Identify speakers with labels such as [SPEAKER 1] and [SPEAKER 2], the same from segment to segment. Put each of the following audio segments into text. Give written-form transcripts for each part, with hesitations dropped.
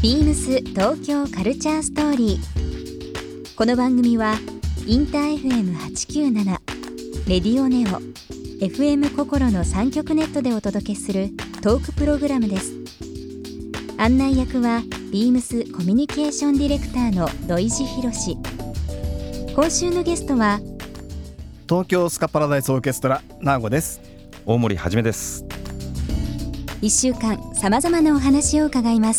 [SPEAKER 1] ビームス東京カルチャーストーリー。この番組はインター FM897 レディオネオ FM 心の3極ネットでお届けするトークプログラムです。案内役はビームスコミュニケーションディレクターの土井博志。今週のゲストは
[SPEAKER 2] 東京スカパラダイスオーケストラナーゴです。
[SPEAKER 3] 大森はじめです。
[SPEAKER 1] 1週間さまざまなお話を伺います。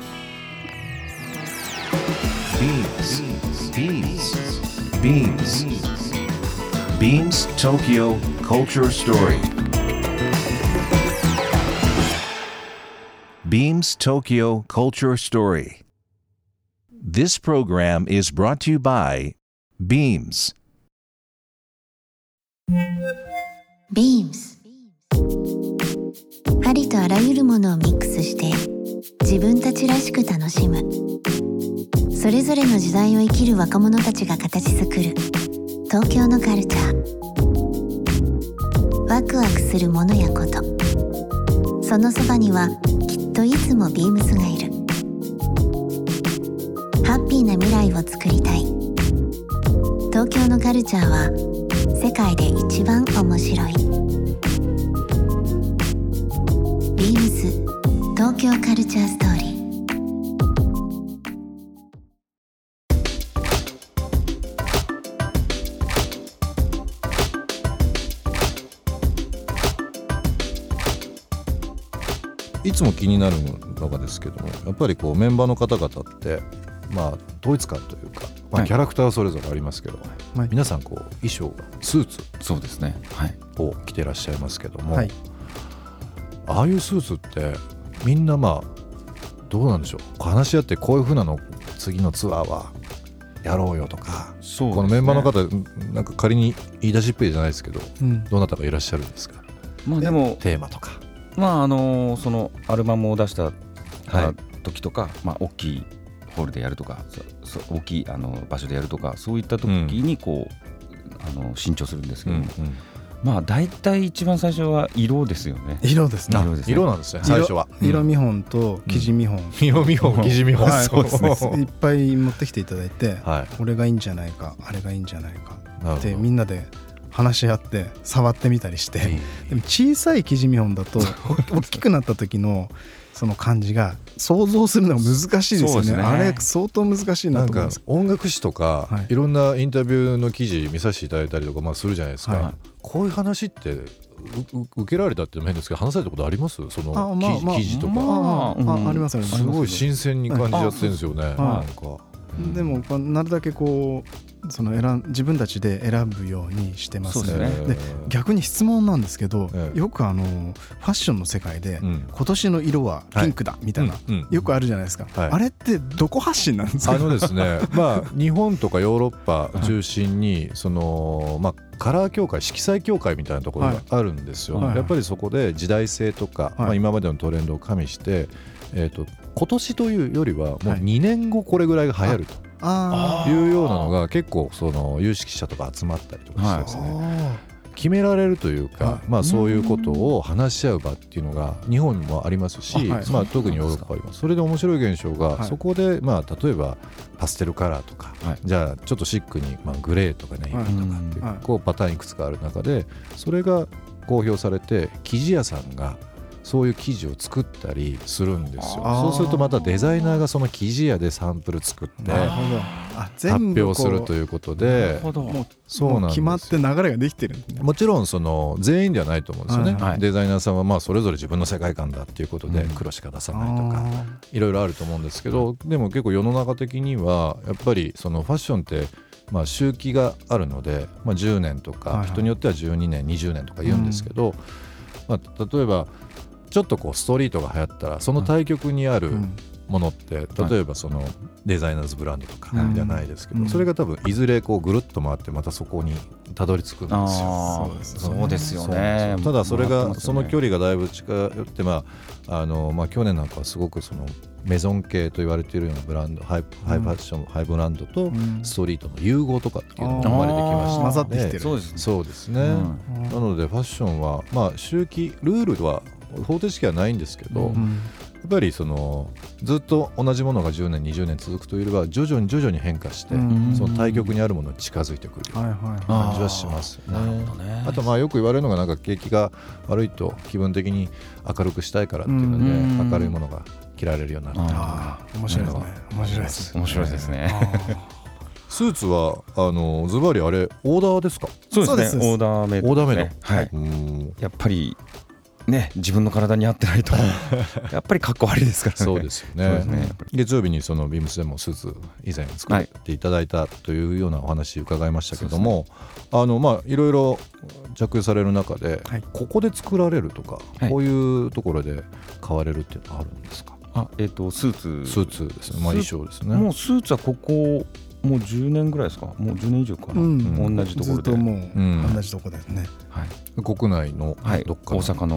[SPEAKER 4] Beams Tokyo Culture Story. Beams Tokyo Culture Story. This program is brought to you by Beams.
[SPEAKER 5] Beams ありとあらゆるものをミックスして自分たちらしく楽しむ、それぞれの時代を生きる若者たちが形作る東京のカルチャー。ワクワクするものやこと、そのそばにはきっといつもビームスがいる。ハッピーな未来をつくりたい。東京のカルチャーは世界で一番面白い。ビームス東京カルチャーストーリー。
[SPEAKER 6] いつも気になるのがですけども、やっぱりこうメンバーの方々って統一感というか、キャラクターはそれぞれありますけど、皆さんこう衣装がスーツ
[SPEAKER 3] そうですね、
[SPEAKER 6] を着てらっしゃいますけども、
[SPEAKER 2] はい、
[SPEAKER 6] ああいうスーツってみんなどうなんでしょう、話し合ってこういう風なの次のツアーはやろうよとか、
[SPEAKER 3] そうですね、
[SPEAKER 6] このメンバーの方なんか仮に言い出しっぺりじゃないですけど、どなたかいらっしゃるんですか。
[SPEAKER 3] でも
[SPEAKER 6] テーマとか、
[SPEAKER 3] そのアルバムを出した時とか、大きいホールでやるとか、大きい場所でやるとか、そういった時にこう、新調するんですけども、だいたい一番最初は色ですよね。
[SPEAKER 2] 色ですね。
[SPEAKER 6] 色なんですね。最初は
[SPEAKER 2] 色見本と生地見本、
[SPEAKER 6] 色見本生地見本、
[SPEAKER 2] そうですね。いっぱい持ってきていただいて、これがいいんじゃないか、あれがいいんじゃないかってみんなで話し合って触ってみたりして、でも小さい生地見本だと大きくなった時のその感じが想像するのが難しいですよ ね。あれ相当難しいなと思います。
[SPEAKER 6] 音楽誌とか、いろんなインタビューの記事見させていただいたりとかするじゃないですか、こういう話って受けられたって変ですけど、話されたことあります？その記事とか、
[SPEAKER 2] ありますよね。
[SPEAKER 6] すごい新鮮に感じちゃってるんですよね。なんか
[SPEAKER 2] でもなるだけこう自分たちで選ぶようにしてますね。で逆に質問なんですけど、よくファッションの世界で、今年の色はピンクだみたいな、よくあるじゃないですか、あれってどこ発信なんですか？
[SPEAKER 6] ですね、日本とかヨーロッパ中心にカラー協会、色彩協会みたいなところがあるんですよ。やっぱりそこで時代性とか、今までのトレンドを加味して、今年というよりはもう2年後これぐらいが流行るというようなのが結構その有識者とか集まったりとかしてですね、決められるというか、そういうことを話し合う場っていうのが日本にもありますし、特にヨーロッパあります。それで面白い現象が、そこで例えばパステルカラーとか、じゃあちょっとシックにグレーとかネイビーとかってこうパターンいくつかある中で、それが公表されて生地屋さんがそういう生地を作ったりするんですよ。そうするとまたデザイナーがその生地屋でサンプル作って発表するということで、
[SPEAKER 2] そうなんです。決まって流れができてるんですね。
[SPEAKER 6] もちろんその全員ではないと思うんですよね、デザイナーさんはそれぞれ自分の世界観だっていうことで黒しか出さないとか、いろいろあると思うんですけど、でも結構世の中的にはやっぱりそのファッションって周期があるので、10年とか、人によっては12年20年とか言うんですけど、例えばちょっとこうストリートが流行ったらその対極にあるものって、例えばそのデザイナーズブランドとかじゃないですけど、それが多分いずれこうぐるっと回ってまたそこにたどり着くんですよ。
[SPEAKER 3] そうですよね。
[SPEAKER 6] ただそれがその距離がだいぶ近寄って、去年なんかはすごくそのメゾン系と言われているようなブランド、ハイファッション、ハイブランドとストリートの融合とかっていうのが生まれてきましたので、
[SPEAKER 2] 混ざってきてる。
[SPEAKER 6] そうですね、なのでファッションは周期ルールは方程式はないんですけど、やっぱりそのずっと同じものが10年20年続くというよりは徐々に変化してその対極にあるものに近づいてくる感じはしますね。あとまあよく言われるのがなんか景気が悪いと気分的に明るくしたいからっていうので明るいものが着られるようになるとか。
[SPEAKER 2] 面白いですね。
[SPEAKER 3] 面白いですね。
[SPEAKER 6] スーツはズバリあれオーダーですか？
[SPEAKER 3] そうですね、オーダーメイドですね。はい、やっぱりね、自分の体に合ってないとやっぱりかっこ悪いですからね。
[SPEAKER 6] そうですよね。月曜日にそのビームスでもスーツ以前作っていただいたというようなお話伺いましたけども、まあいろいろ着用される中で、ここで作られるとか、こういうところで買われるっていうのはあるんですか？
[SPEAKER 3] スーツですね。まあ衣装ですね。もうスーツはここもう10年ぐらいですか？もう10年以上かな、同じところでずっ
[SPEAKER 2] ともう同じところですね。
[SPEAKER 6] 国内のどっかの
[SPEAKER 3] 大阪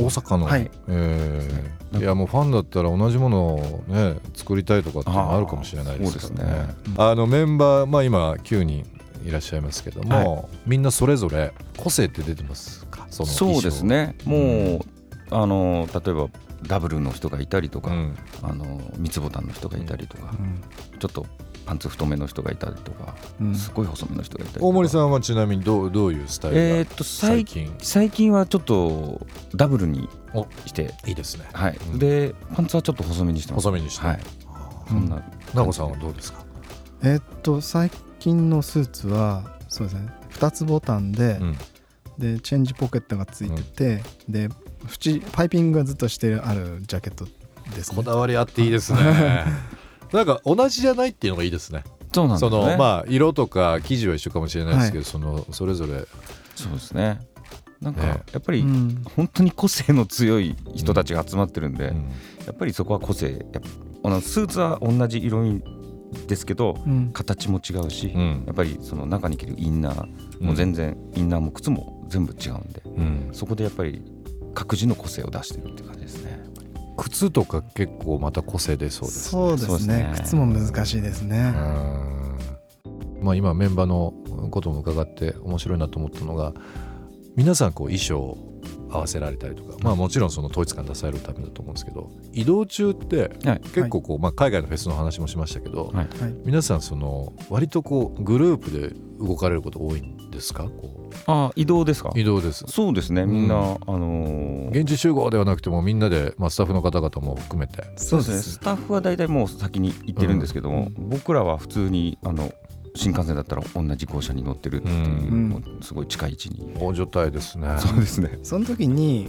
[SPEAKER 6] の、いやもうファンだったら同じものをね作りたいとかっていうのあるかもしれないですからね。メンバー、まあ今9人いらっしゃいますけども、みんなそれぞれ個性って出てますか？
[SPEAKER 3] そうですね。もう例えばダブルの人がいたりとか、三つボタンの人がいたりとか、ちょっとパンツ太めの人がいたりとか、すごい細めの人がいたりとか。
[SPEAKER 6] 大森さんはちなみにどういうスタイルが
[SPEAKER 3] 最近はちょっとダブルにして
[SPEAKER 6] いいですね。
[SPEAKER 3] はい、でパンツはちょっと細めにしてます。
[SPEAKER 6] 細めにして、
[SPEAKER 3] はい、そんな。
[SPEAKER 6] 名護さんはどうですか？
[SPEAKER 2] 最近のスーツはそうですね、2つボタンで、でチェンジポケットがついてて、でパイピングがずっとしてあるジャケットですね。
[SPEAKER 6] こだわりあっていいですね。なんか同じじゃないっていうのがいいですね。
[SPEAKER 3] そうなんですね。
[SPEAKER 6] まあ色とか生地は一緒かもしれないですけど、それぞれ。
[SPEAKER 3] そうですね。なんかやっぱり本当に個性の強い人たちが集まってるんで、やっぱりそこは個性。スーツは同じ色味ですけど、形も違うし、やっぱりその中に着るインナーも全然、インナーも靴も全部違うんで、そこでやっぱり各自の個性を出してるって感じですね。
[SPEAKER 6] 靴とか結構また個性出そうですね。
[SPEAKER 2] そうですね。靴も難しいですね。
[SPEAKER 6] まあ今メンバーのことも伺って面白いなと思ったのが、皆さんこう衣装を合わせられたりとか、まあもちろんその統一感出されるためだと思うんですけど、移動中って結構こう、まあ海外のフェスの話もしましたけど、皆さんその割とこうグループで動かれること多いんですか？
[SPEAKER 3] 移動ですか？
[SPEAKER 6] 移動です。
[SPEAKER 3] そうですね。みんな、
[SPEAKER 6] 現地集合ではなくてもみんなで、スタッフの方々も含めて。
[SPEAKER 3] そうですね。スタッフは大体もう先に行ってるんですけども、僕らは普通に新幹線だったら同じ号車に乗ってるっていう、すごい近い位置に。
[SPEAKER 6] 大所帯ですね。
[SPEAKER 3] そうですね。
[SPEAKER 2] その時に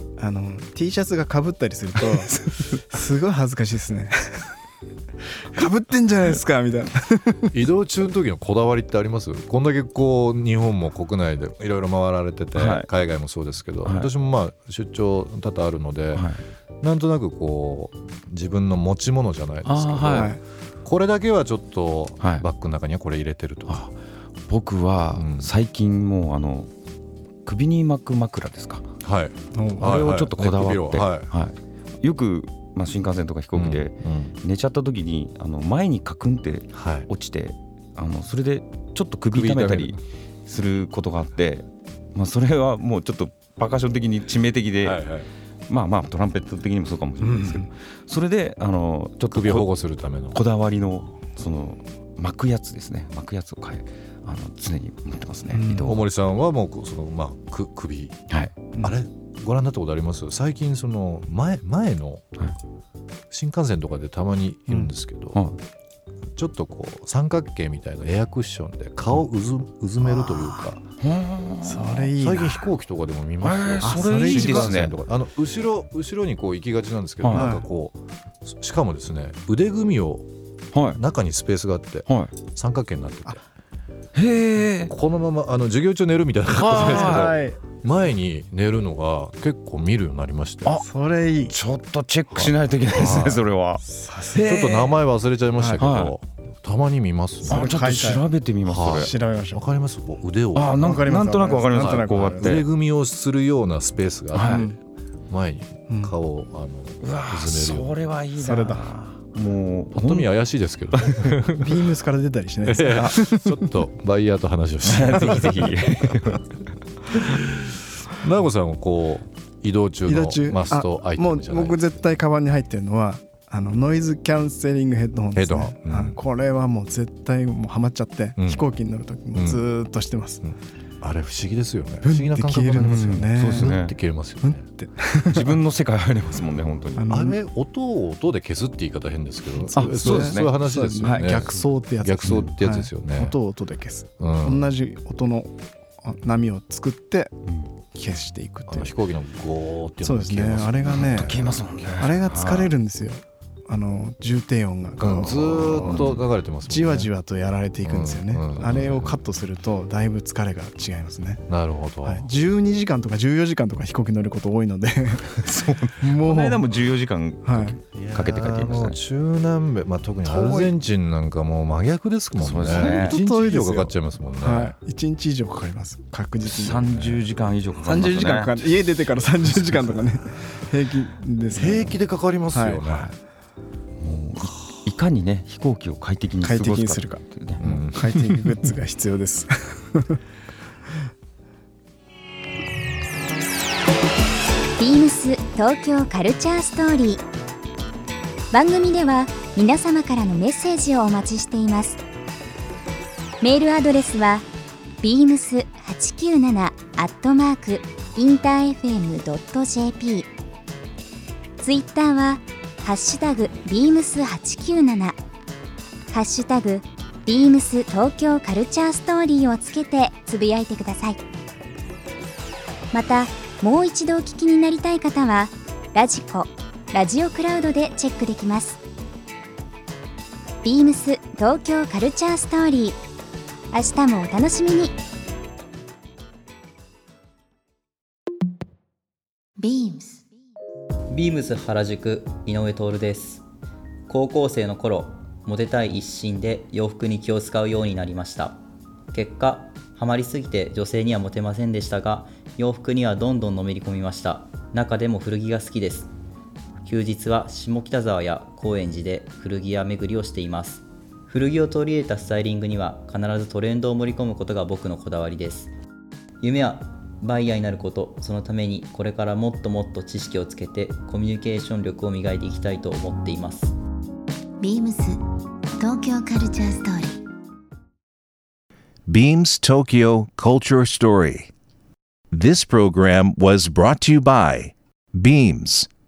[SPEAKER 2] T シャツが被ったりするとすごい恥ずかしいですね。被ってんじゃないですかみたいな。
[SPEAKER 6] 移動中の時のこだわりってあります？こんだけこう日本も国内でいろいろ回られてて、海外もそうですけど、私もまあ出張多々あるので、なんとなくこう自分の持ち物じゃないですけど、これだけはちょっとバッグの中にはこれ入れてるとか。
[SPEAKER 3] 僕は最近もう首に巻く枕ですか、あれをちょっとこだわって、よく新幹線とか飛行機で寝ちゃった時に前にカクンって落ちて、それでちょっと首痛めたりすることがあって、それはもうちょっとパーカッション的に致命的で、まあトランペット的にもそうかもしれないですけど、それでちょっと
[SPEAKER 6] 首を保護するための
[SPEAKER 3] こだわりのその巻くやつですね。巻くやつを常に持ってますね。
[SPEAKER 6] 大森さんはもうその首、あれご覧になったことあります？最近その前の新幹線とかでたまにいるんですけど、ちょっとこう三角形みたいなエアクッションで顔うずめるというか、
[SPEAKER 2] それいいな。
[SPEAKER 6] 最近飛行機とかでも見ますよ。
[SPEAKER 3] それいいですね。
[SPEAKER 6] 後ろにこう行きがちなんですけど、なんかこうしかもですね、腕組みを中にスペースがあって三角形になってて、このまま授業中寝るみたいな感じですけど、前に寝るのが結構見るようになりまして、
[SPEAKER 2] それいい。
[SPEAKER 3] ちょっとチェックしないといけないですね。それは
[SPEAKER 6] ちょっと名前忘れちゃいましたけど、たまに見ますね。
[SPEAKER 3] ちょっと調べてみます。
[SPEAKER 2] 調べましょう。
[SPEAKER 6] わかります？腕を
[SPEAKER 3] なんとなくわかります。こうやって
[SPEAKER 6] 腕組みをするようなスペースがあって、前に顔をうずめるような。
[SPEAKER 3] それはいいな。
[SPEAKER 2] それだ。
[SPEAKER 6] もうパッと見怪しいですけど、
[SPEAKER 2] ビームスから出たりしないですか？
[SPEAKER 6] ちょっとバイヤーと話をして
[SPEAKER 3] ぜひぜひ。
[SPEAKER 6] 直子さんはこう移動中のマストアイテムじゃないですか？
[SPEAKER 2] もう僕絶対カバンに入ってるのはノイズキャンセリングヘッドホンですね。これはもう絶対もうハマっちゃって、飛行機に乗るときもずっとしてます、
[SPEAKER 6] あれ不思議ですよね。不思議な感覚がありますよね。そうですね。って消えますよね。
[SPEAKER 3] 自分の世界入れますもんね、本当に。
[SPEAKER 6] あれ音を音で消すって言い方変ですけど、
[SPEAKER 3] そうですね。
[SPEAKER 6] そういう話ですよね。
[SPEAKER 2] 逆走ってやつ。
[SPEAKER 6] 逆走ってやつですよね。
[SPEAKER 2] 音を音で消す。同じ音の波を作って消していくっていう。
[SPEAKER 6] 飛行機のゴーっていう
[SPEAKER 2] のが消えます。あれがね、
[SPEAKER 3] 消えますもんね。
[SPEAKER 2] あれが疲れるんですよ。重低音が
[SPEAKER 6] ずーっと流れてますもんね。
[SPEAKER 2] じわじわとやられていくんですよね。あれをカットするとだいぶ疲れが違いますね。
[SPEAKER 6] なるほど。
[SPEAKER 2] 12時間とか14時間とか飛行機乗ること多いので
[SPEAKER 3] もうこの間も14時間かけて帰ってきましたね。
[SPEAKER 6] 中南米、特にアルゼンチンなんかもう真逆ですもんね。1日以上かかっちゃいますもんね。
[SPEAKER 2] 1日以上かかります。確実に
[SPEAKER 3] 30時間以上かかりますね。
[SPEAKER 2] 30時間かかる。家出てから30時間とかね平気です。
[SPEAKER 6] 平気でかかりますよね。
[SPEAKER 3] いかにね飛行機を快適に過ごすかっていうね、
[SPEAKER 2] 快適グッズが必要です
[SPEAKER 1] ビームス東京カルチャーストーリー。番組では皆様からのメッセージをお待ちしています。メールアドレスは beams897@interfm.jp。 ツイッターはハッシュタグbeams897、ハッシュタグbeams東京カルチャーストーリーをつけてつぶやいてください。またもう一度お聞きになりたい方はラジコ、ラジオクラウドでチェックできます。beams東京カルチャーストーリー、明日もお楽しみに。
[SPEAKER 7] ビームス原宿井上徹です。高校生の頃、モテたい一心で洋服に気を使うようになりました。結果、ハマりすぎて女性にはモテませんでしたが、洋服にはどんどんのめり込みました。中でも古着が好きです。休日は下北沢や高円寺で古着屋巡りをしています。古着を取り入れたスタイリングには必ずトレンドを盛り込むことが僕のこだわりです。夢はバイヤーになること、そのためにこれからもっともっと知識をつけてコミュニケーション力を磨いていきたいと思っています。
[SPEAKER 5] ビームス東京カルチャーストーリー。
[SPEAKER 4] Beams Tokyo Culture Story. This program was brought to you by Beams.